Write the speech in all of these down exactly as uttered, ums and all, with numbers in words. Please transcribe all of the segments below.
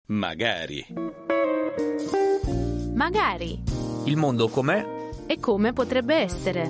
Magari. Magari. Il mondo com'è? E come potrebbe essere.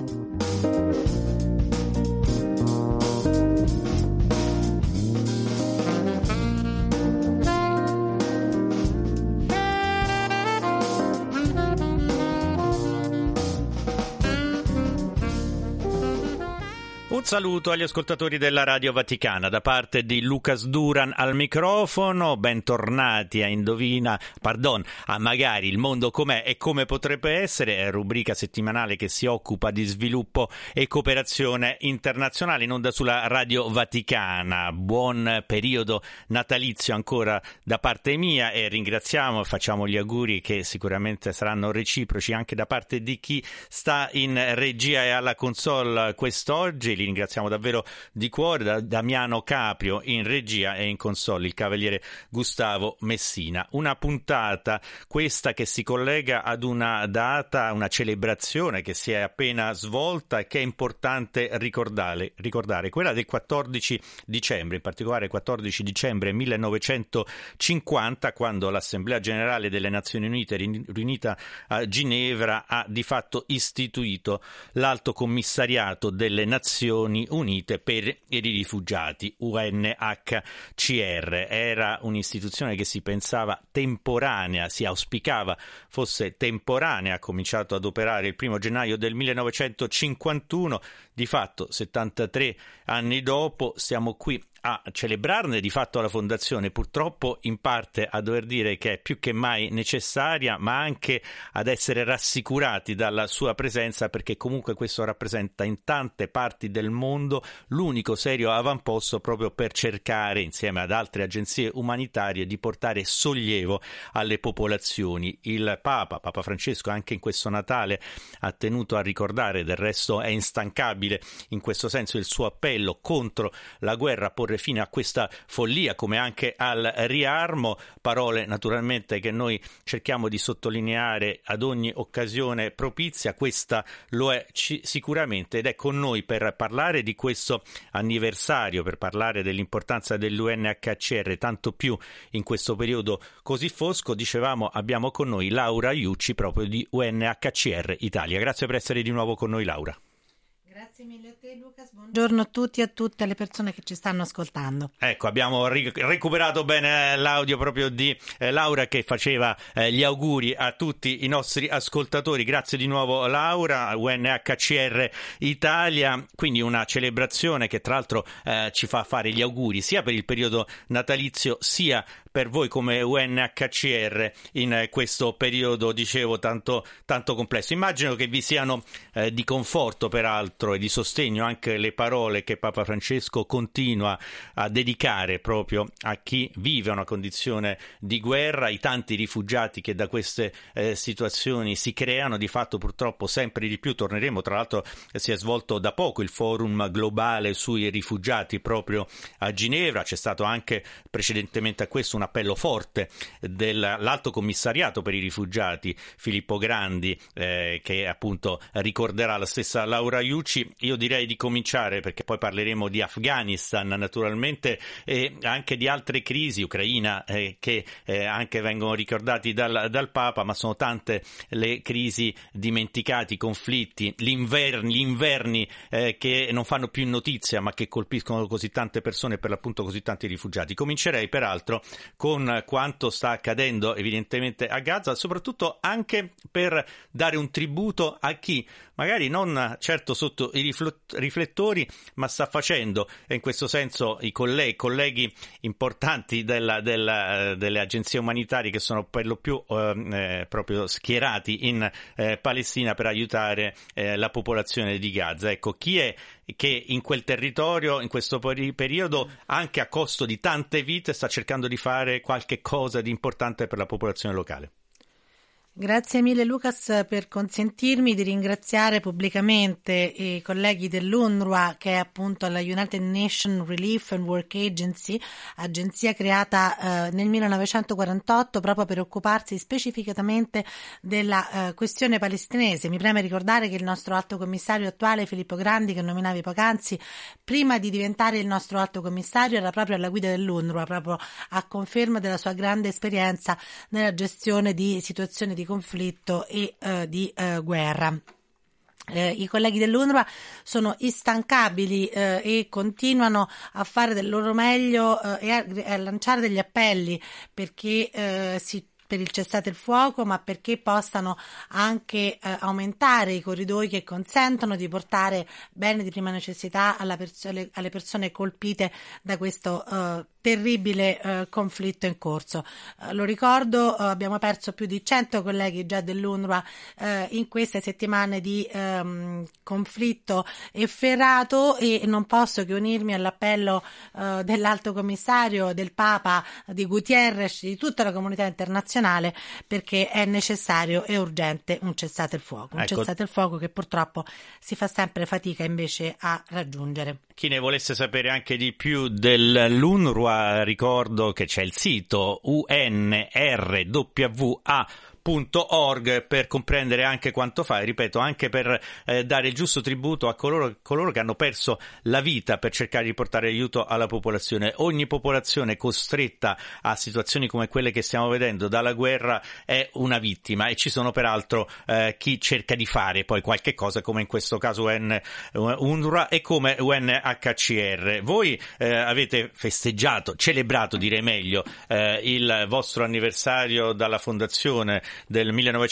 Un saluto agli ascoltatori della Radio Vaticana da parte di Lucas Duran al microfono. Bentornati a Indovina, pardon, a Magari il mondo com'è e come potrebbe essere, rubrica settimanale che si occupa di sviluppo e cooperazione internazionale in onda sulla Radio Vaticana. Buon periodo natalizio ancora da parte mia e ringraziamo e facciamo gli auguri che sicuramente saranno reciproci anche da parte di chi sta in regia e alla console quest'oggi. Li ringraziamo davvero di cuore, da Damiano Caprio in regia e in console il cavaliere Gustavo Messina. Una puntata questa che si collega ad una data, una celebrazione che si è appena svolta e che è importante ricordare, ricordare quella del quattordici dicembre, in particolare quattordici dicembre millenovecentocinquanta, quando l'Assemblea Generale delle Nazioni Unite riunita a Ginevra ha di fatto istituito l'Alto Commissariato delle Nazioni Unite per i rifugiati, U N H C R. Era un'istituzione che si pensava temporanea, si auspicava fosse temporanea, ha cominciato ad operare il primo gennaio del millenovecentocinquantuno, di fatto settantatré anni dopo siamo qui a celebrarne di fatto la fondazione, purtroppo in parte a dover dire che è più che mai necessaria, ma anche ad essere rassicurati dalla sua presenza, perché comunque questo rappresenta in tante parti del mondo l'unico serio avamposto proprio per cercare, insieme ad altre agenzie umanitarie, di portare sollievo alle popolazioni. Il Papa, Papa Francesco, anche in questo Natale ha tenuto a ricordare, del resto è instancabile in questo senso il suo appello contro la guerra, porre fine a questa follia come anche al riarmo, parole naturalmente che noi cerchiamo di sottolineare ad ogni occasione propizia. Questa lo è c- sicuramente ed è con noi per parlare di questo anniversario, per parlare dell'importanza dell'U N H C R, tanto più in questo periodo così fosco. Dicevamo, abbiamo con noi Laura Iucci proprio di U N H C R Italia. Grazie per essere di nuovo con noi, Laura. Grazie mille a te, Lucas. Buongiorno a tutti e a tutte le persone che ci stanno ascoltando. Ecco, abbiamo ric- recuperato bene l'audio proprio di eh, Laura che faceva eh, gli auguri a tutti i nostri ascoltatori. Grazie di nuovo, Laura. U N H C R Italia, quindi una celebrazione che tra l'altro eh, ci fa fare gli auguri sia per il periodo natalizio sia per voi come U N H C R in questo periodo, dicevo, tanto, tanto complesso. Immagino che vi siano eh, di conforto peraltro e di sostegno anche le parole che Papa Francesco continua a dedicare proprio a chi vive una condizione di guerra, i tanti rifugiati che da queste eh, situazioni si creano di fatto purtroppo sempre di più. Torneremo, tra l'altro si è svolto da poco il forum globale sui rifugiati proprio a Ginevra, c'è stato anche precedentemente a questo un appello forte dell'Alto Commissariato per i rifugiati Filippo Grandi eh, che appunto ricorderà la stessa Laura Iucci. Io direi di cominciare perché poi parleremo di Afghanistan naturalmente e anche di altre crisi, Ucraina eh, che eh, anche vengono ricordati dal, dal Papa, ma sono tante le crisi dimenticate, i conflitti, gli inverni, gli inverni eh, che non fanno più notizia ma che colpiscono così tante persone, per l'appunto così tanti rifugiati. Comincerei peraltro con quanto sta accadendo evidentemente a Gaza, soprattutto anche per dare un tributo a chi magari non certo sotto i riflettori, ma sta facendo, e in questo senso i colleghi, colleghi importanti della, della, delle agenzie umanitarie che sono per lo più eh, proprio schierati in eh, Palestina per aiutare eh, la popolazione di Gaza. Ecco, chi è che in quel territorio, in questo periodo, anche a costo di tante vite, sta cercando di fare qualche cosa di importante per la popolazione locale? Grazie mille Lucas per consentirmi di ringraziare pubblicamente i colleghi dell'UNRWA, che è appunto la United Nations Relief and Work Agency, agenzia creata eh, nel millenovecentoquarantotto proprio per occuparsi specificatamente della eh, questione palestinese. Mi preme ricordare che il nostro alto commissario attuale, Filippo Grandi, che nominavi poc'anzi, prima di diventare il nostro alto commissario era proprio alla guida dell'UNRWA, proprio a conferma della sua grande esperienza nella gestione di situazioni di conflitto e uh, di uh, guerra. Eh, I colleghi dell'UNRWA sono instancabili eh, e continuano a fare del loro meglio eh, e a, a lanciare degli appelli perché eh, si per il cessate il fuoco, ma perché possano anche eh, aumentare i corridoi che consentono di portare beni di prima necessità alla perso- alle persone colpite da questo eh, terribile eh, conflitto in corso. Eh, lo ricordo, eh, abbiamo perso più di cento colleghi già dell'UNRWA eh, in queste settimane di ehm, conflitto efferato, e non posso che unirmi all'appello eh, dell'Alto Commissario, del Papa, di Guterres, di tutta la comunità internazionale, perché è necessario e urgente un cessate il fuoco, un ecco. cessate il fuoco che purtroppo si fa sempre fatica invece a raggiungere. Chi ne volesse sapere anche di più dell'UNRWA, ricordo che c'è il sito U N R W A punto org per comprendere anche quanto fa, e ripeto, anche per eh, dare il giusto tributo a coloro, coloro che hanno perso la vita per cercare di portare aiuto alla popolazione. Ogni popolazione costretta a situazioni come quelle che stiamo vedendo dalla guerra è una vittima, e ci sono peraltro eh, chi cerca di fare poi qualche cosa, come in questo caso UNRWA e come U N H C R. Voi eh, avete festeggiato, celebrato direi meglio, eh, il vostro anniversario dalla fondazione del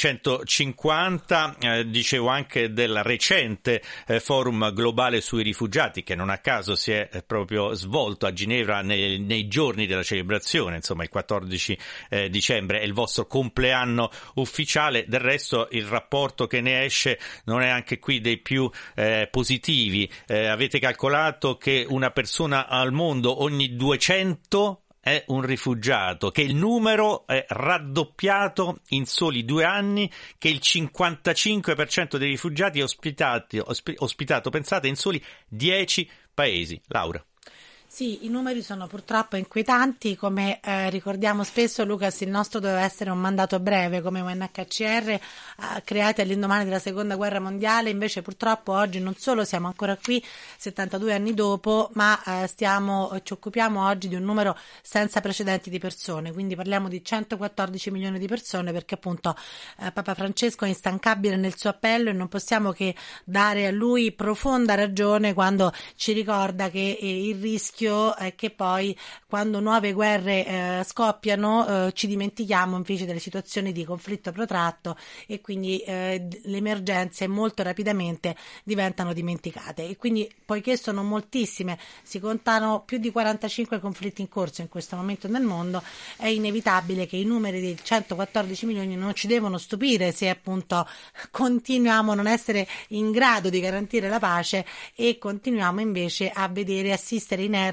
millenovecentocinquanta, eh, dicevo anche del recente eh, forum globale sui rifugiati, che non a caso si è eh, proprio svolto a Ginevra nei, nei giorni della celebrazione, insomma il quattordici eh, dicembre è il vostro compleanno ufficiale. Del resto il rapporto che ne esce non è anche qui dei più eh, positivi. Eh, avete calcolato che una persona al mondo ogni duecento è un rifugiato, che il numero è raddoppiato in soli due anni, che il cinquantacinque per cento dei rifugiati è ospitati, osp- ospitato, pensate, in soli dieci paesi. Laura. Sì, i numeri sono purtroppo inquietanti, come eh, ricordiamo spesso, Lucas, il nostro doveva essere un mandato breve come U N H C R, eh, creati all'indomani della seconda guerra mondiale, invece purtroppo oggi non solo siamo ancora qui settantadue anni dopo, ma eh, stiamo, ci occupiamo oggi di un numero senza precedenti di persone, quindi parliamo di centoquattordici milioni di persone, perché appunto eh, Papa Francesco è instancabile nel suo appello e non possiamo che dare a lui profonda ragione quando ci ricorda che eh, il rischio è che poi quando nuove guerre eh, scoppiano eh, ci dimentichiamo invece delle situazioni di conflitto protratto, e quindi eh, le emergenze molto rapidamente diventano dimenticate. E quindi, poiché sono moltissime, si contano più di quarantacinque conflitti in corso in questo momento nel mondo, è inevitabile che i numeri di centoquattordici milioni non ci devono stupire se appunto continuiamo a non essere in grado di garantire la pace e continuiamo invece a vedere, assistere inermi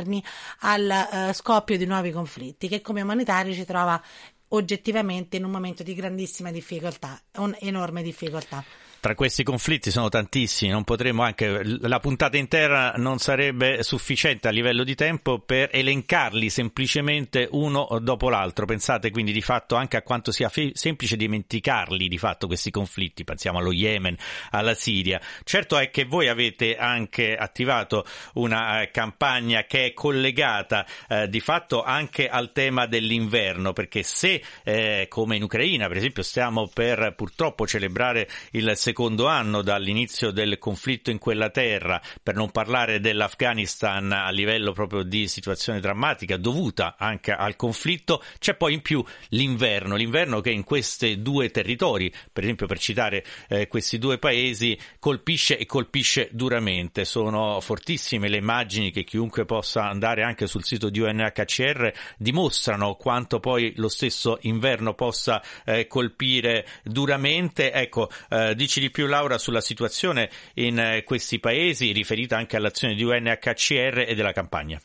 al uh, scoppio di nuovi conflitti, che come umanitari ci trova oggettivamente in un momento di grandissima difficoltà, un'enorme difficoltà. Tra questi conflitti sono tantissimi, non potremo anche, la puntata intera non sarebbe sufficiente a livello di tempo per elencarli semplicemente uno dopo l'altro. Pensate quindi di fatto anche a quanto sia fe- semplice dimenticarli di fatto questi conflitti, pensiamo allo Yemen, alla Siria. Certo è che voi avete anche attivato una eh, campagna che è collegata eh, di fatto anche al tema dell'inverno, perché se eh, come in Ucraina per esempio stiamo per purtroppo celebrare il secondo anno dall'inizio del conflitto in quella terra, per non parlare dell'Afghanistan a livello proprio di situazione drammatica dovuta anche al conflitto, c'è poi in più l'inverno, l'inverno che in questi due territori, per esempio per citare eh, questi due paesi, colpisce e colpisce duramente. Sono fortissime le immagini che chiunque possa andare anche sul sito di U N H C R dimostrano quanto poi lo stesso inverno possa eh, colpire duramente. Ecco, eh, dici di più Laura sulla situazione in eh, questi paesi, riferita anche all'azione di U N H C R e della campagna.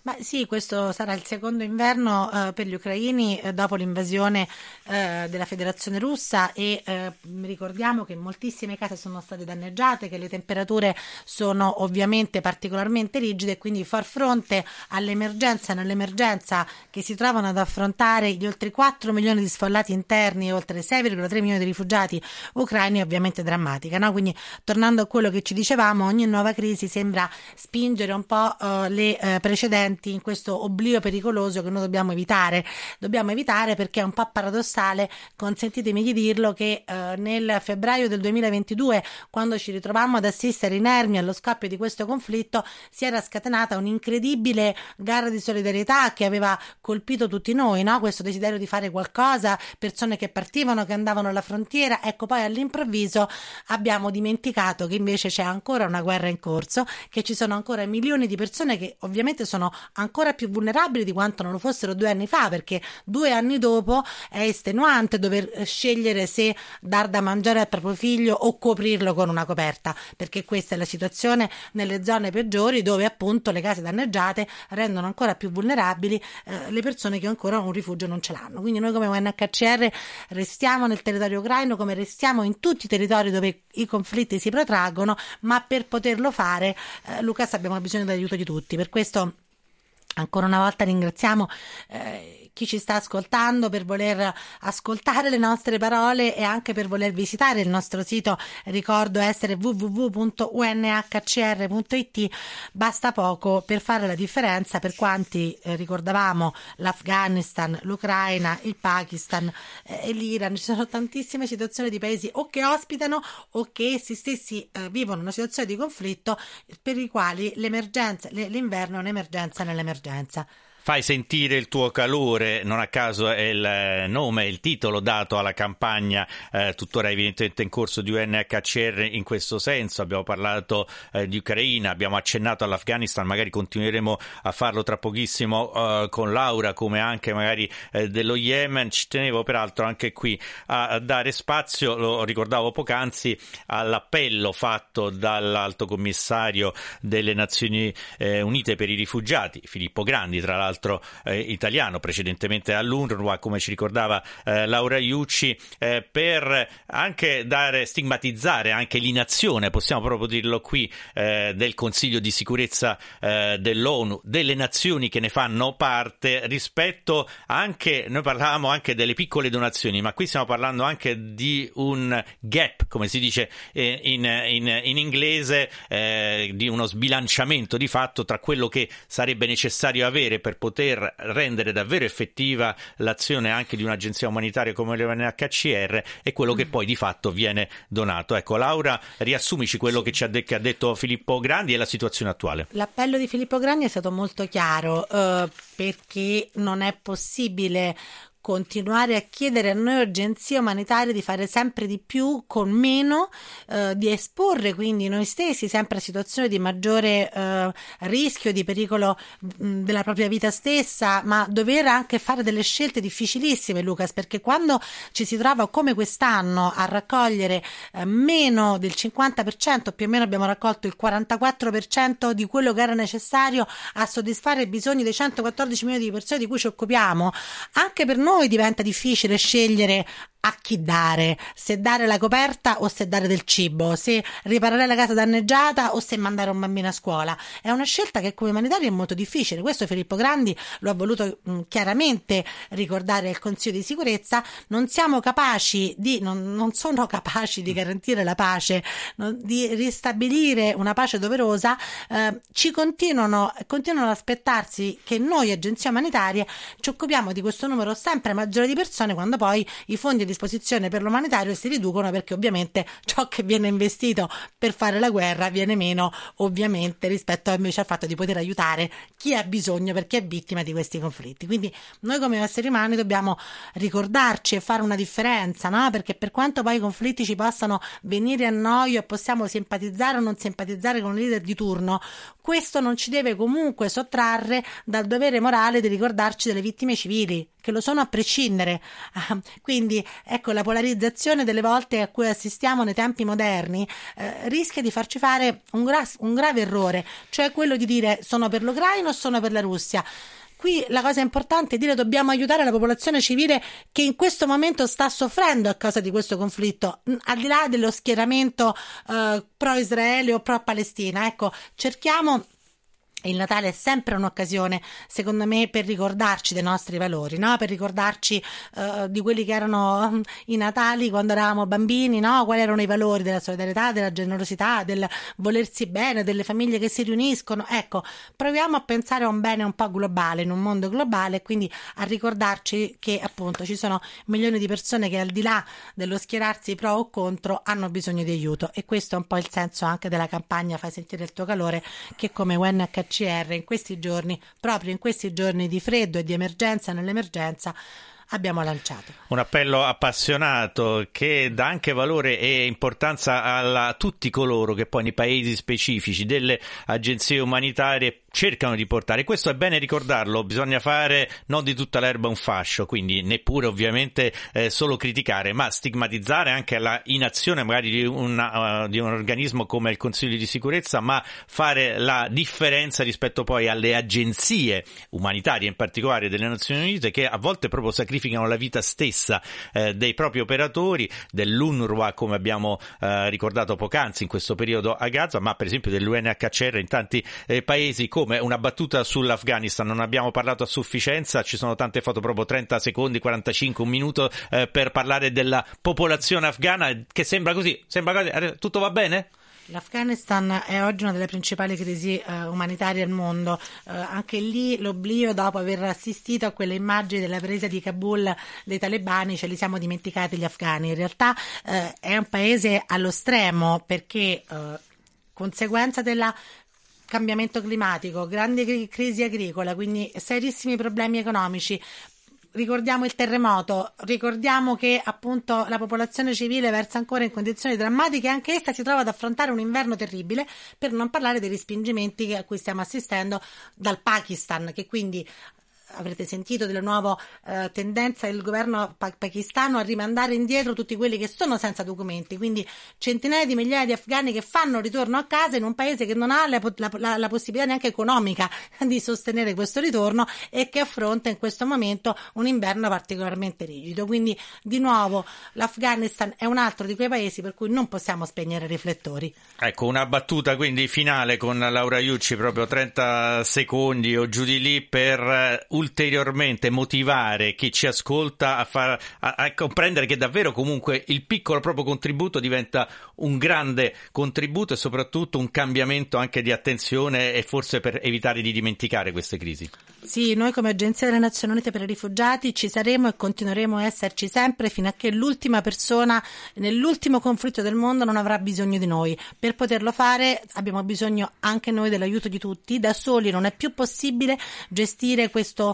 Ma sì, questo sarà il secondo inverno eh, per gli ucraini eh, dopo l'invasione eh, della Federazione Russa e eh, ricordiamo che moltissime case sono state danneggiate, che le temperature sono ovviamente particolarmente rigide e quindi far fronte all'emergenza nell'emergenza che si trovano ad affrontare gli oltre quattro milioni di sfollati interni e oltre sei virgola tre milioni di rifugiati ucraini è ovviamente drammatica, no? Quindi tornando a quello che ci dicevamo, ogni nuova crisi sembra spingere un po' eh, le eh, precedenti in questo oblio pericoloso che noi dobbiamo evitare. Dobbiamo evitare perché è un po' paradossale, consentitemi di dirlo, che eh, nel febbraio del duemilaventidue, quando ci ritrovammo ad assistere inermi allo scoppio di questo conflitto, si era scatenata un'incredibile gara di solidarietà che aveva colpito tutti noi, no? Questo desiderio di fare qualcosa, persone che partivano, che andavano alla frontiera. Ecco, poi all'improvviso abbiamo dimenticato che invece c'è ancora una guerra in corso, che ci sono ancora milioni di persone che ovviamente sono ancora più vulnerabili di quanto non lo fossero due anni fa, perché due anni dopo è estenuante dover scegliere se dar da mangiare al proprio figlio o coprirlo con una coperta, perché questa è la situazione nelle zone peggiori, dove appunto le case danneggiate rendono ancora più vulnerabili eh, le persone che ancora un rifugio non ce l'hanno. Quindi noi come U N H C R restiamo nel territorio ucraino, come restiamo in tutti i territori dove i conflitti si protraggono, ma per poterlo fare eh, Lucas, abbiamo bisogno dell'aiuto di tutti. Per questo ancora una volta ringraziamo eh, chi ci sta ascoltando per voler ascoltare le nostre parole e anche per voler visitare il nostro sito. Ricordo essere w w w punto u n h c r punto i t. Basta poco per fare la differenza per quanti eh, ricordavamo l'Afghanistan, l'Ucraina, il Pakistan eh, e l'Iran. Ci sono tantissime situazioni di paesi o che ospitano o che essi stessi eh, vivono una situazione di conflitto per i quali l'emergenza, l'inverno è un'emergenza nell'emergenza. Fai sentire il tuo calore, non a caso è il nome, il titolo dato alla campagna eh, tuttora evidentemente in corso di U N H C R in questo senso. Abbiamo parlato eh, di Ucraina, abbiamo accennato all'Afghanistan, magari continueremo a farlo tra pochissimo eh, con Laura, come anche magari eh, dello Yemen. Ci tenevo peraltro anche qui a, a dare spazio, lo ricordavo poc'anzi, all'appello fatto dall'Alto Commissario delle Nazioni eh, Unite per i Rifugiati, Filippo Grandi, tra l'altro Eh, italiano, precedentemente all'UNRWA, come ci ricordava eh, Laura Iucci, eh, per anche dare, stigmatizzare anche l'inazione, possiamo proprio dirlo qui, eh, del Consiglio di sicurezza eh, dell'ONU, delle nazioni che ne fanno parte, rispetto anche, noi parlavamo anche delle piccole donazioni, ma qui stiamo parlando anche di un gap, come si dice eh, in, in, in inglese, eh, di uno sbilanciamento di fatto tra quello che sarebbe necessario avere per poter rendere davvero effettiva l'azione anche di un'agenzia umanitaria come l'U N H C R e quello che poi di fatto viene donato. Ecco, Laura, riassumici quello che ci ha, de- che ha detto Filippo Grandi e la situazione attuale. L'appello di Filippo Grandi è stato molto chiaro eh, perché non è possibile continuare a chiedere a noi agenzie umanitarie di fare sempre di più con meno, eh, di esporre quindi noi stessi sempre a situazioni di maggiore eh, rischio, di pericolo mh, della propria vita stessa, ma dover anche fare delle scelte difficilissime, Lucas, perché quando ci si trova come quest'anno a raccogliere eh, meno del cinquanta per cento, più o meno abbiamo raccolto il quarantaquattro per cento di quello che era necessario a soddisfare i bisogni dei centoquattordici milioni di persone di cui ci occupiamo, anche per noi diventa difficile scegliere a chi dare, se dare la coperta o se dare del cibo, se riparare la casa danneggiata o se mandare un bambino a scuola. È una scelta che come umanitaria è molto difficile. Questo Filippo Grandi lo ha voluto mh, chiaramente ricordare al Consiglio di sicurezza. Non siamo capaci di, non, non sono capaci di garantire la pace, non, di ristabilire una pace doverosa. Eh, ci continuano, continuano ad aspettarsi che noi agenzie umanitarie ci occupiamo di questo numero sempre maggiore di persone, quando poi i fondi di disposizione per l'umanitario si riducono, perché ovviamente ciò che viene investito per fare la guerra viene meno, ovviamente, rispetto invece al fatto di poter aiutare chi ha bisogno, perché è vittima di questi conflitti. Quindi noi come esseri umani dobbiamo ricordarci e fare una differenza, no? Perché per quanto poi i conflitti ci possano venire a noi e possiamo simpatizzare o non simpatizzare con il leader di turno, questo non ci deve comunque sottrarre dal dovere morale di ricordarci delle vittime civili, che lo sono a prescindere. Quindi ecco, la polarizzazione delle volte a cui assistiamo nei tempi moderni eh, rischia di farci fare un, gra- un grave errore, cioè quello di dire sono per l'Ucraina o sono per la Russia. Qui la cosa importante è dire dobbiamo aiutare la popolazione civile che in questo momento sta soffrendo a causa di questo conflitto, al di là dello schieramento eh, pro-Israele o pro-Palestina. Ecco, cerchiamo. Il Natale è sempre un'occasione, secondo me, per ricordarci dei nostri valori, no? Per ricordarci uh, di quelli che erano i Natali quando eravamo bambini, no? Quali erano i valori della solidarietà, della generosità, del volersi bene, delle famiglie che si riuniscono. Ecco, proviamo a pensare a un bene un po' globale, in un mondo globale, e quindi a ricordarci che appunto ci sono milioni di persone che al di là dello schierarsi pro o contro hanno bisogno di aiuto, e questo è un po' il senso anche della campagna Fai sentire il tuo calore, che come U N H C R in questi giorni, proprio in questi giorni di freddo e di emergenza nell'emergenza, abbiamo lanciato. Un appello appassionato che dà anche valore e importanza a tutti coloro che poi nei paesi specifici delle agenzie umanitarie cercano di portare. Questo è bene ricordarlo, bisogna fare non di tutta l'erba un fascio, quindi neppure ovviamente eh, solo criticare, ma stigmatizzare anche la inazione magari di, una, uh, di un organismo come il Consiglio di sicurezza, ma fare la differenza rispetto poi alle agenzie umanitarie, in particolare delle Nazioni Unite, che a volte proprio sacrificano la vita stessa eh, dei propri operatori, dell'UNRWA come abbiamo eh, ricordato poc'anzi in questo periodo a Gaza, ma per esempio dell'U N H C R in tanti eh, paesi. Come una battuta sull'Afghanistan, non abbiamo parlato a sufficienza, ci sono tante foto, proprio trenta secondi, quarantacinque, un minuto eh, per parlare della popolazione afghana che sembra così, sembra così, tutto va bene? L'Afghanistan è oggi una delle principali crisi eh, umanitarie al mondo, eh, anche lì l'oblio, dopo aver assistito a quelle immagini della presa di Kabul dei talebani, ce li siamo dimenticati gli afghani. In realtà eh, è un paese allo stremo perché eh, conseguenza della cambiamento climatico, grande crisi agricola, quindi serissimi problemi economici. Ricordiamo il terremoto, ricordiamo che appunto la popolazione civile versa ancora in condizioni drammatiche, anche essa si trova ad affrontare un inverno terribile, per non parlare dei respingimenti a cui stiamo assistendo dal Pakistan, che quindi avrete sentito della nuova eh, tendenza del governo pa- pakistano a rimandare indietro tutti quelli che sono senza documenti, quindi centinaia di migliaia di afghani che fanno ritorno a casa in un paese che non ha la, la, la possibilità neanche economica di sostenere questo ritorno e che affronta in questo momento un inverno particolarmente rigido. Quindi di nuovo l'Afghanistan è un altro di quei paesi per cui non possiamo spegnere i riflettori. Ecco, una battuta quindi finale con Laura Iucci, proprio trenta secondi o giù di lì, per ulteriormente motivare chi ci ascolta a, far, a, a comprendere che davvero comunque il piccolo proprio contributo diventa un grande contributo e soprattutto un cambiamento anche di attenzione, e forse per evitare di dimenticare queste crisi. Sì, noi come Agenzia delle Nazioni Unite per i Rifugiati ci saremo e continueremo a esserci sempre fino a che l'ultima persona nell'ultimo conflitto del mondo non avrà bisogno di noi. Per poterlo fare abbiamo bisogno anche noi dell'aiuto di tutti. Da soli non è più possibile gestire questo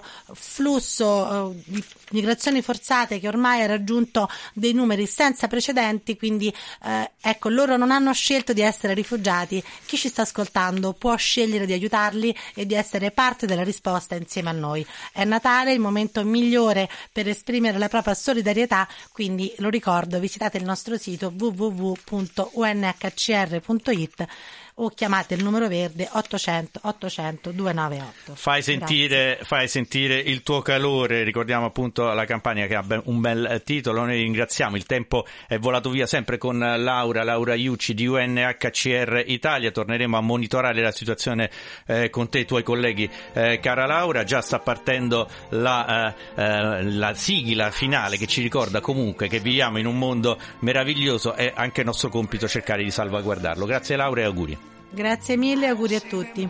flusso uh, di migrazioni forzate che ormai ha raggiunto dei numeri senza precedenti, quindi eh, ecco, loro non hanno scelto di essere rifugiati. Chi ci sta ascoltando può scegliere di aiutarli e di essere parte della risposta insieme a noi. È Natale, il momento migliore per esprimere la propria solidarietà, quindi lo ricordo, visitate il nostro sito w w w punto u n h c r punto i t o chiamate il numero verde ottocento ottocento duecentonovantaotto. Fai sentire, fai sentire il tuo calore. Ricordiamo appunto la campagna che ha un bel titolo. Noi ringraziamo, il tempo è volato via sempre con Laura, Laura Iucci di U N H C R Italia. Torneremo a monitorare la situazione eh, con te e i tuoi colleghi, eh, cara Laura. Già sta partendo la, eh, eh, la sigla finale che ci ricorda comunque che viviamo in un mondo meraviglioso, e anche il nostro compito cercare di salvaguardarlo. Grazie Laura e auguri. Grazie mille, auguri a tutti.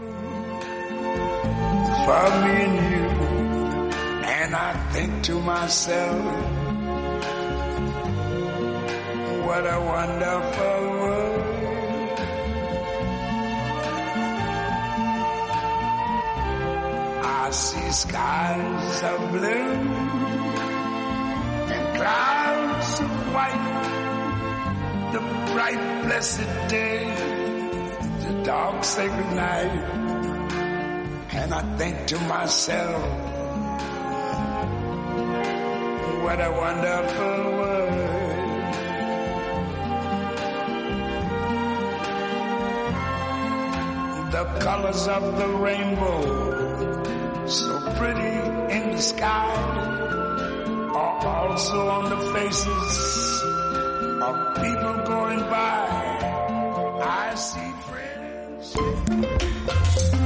For me and you, and I think to myself, what a wonderful world. I see skies of blue and clouds of white, the bright blessed day, the dark sacred night, and I think to myself, what a wonderful world. The colors of the rainbow, so pretty in the sky, are also on the faces of people going by. I see friends.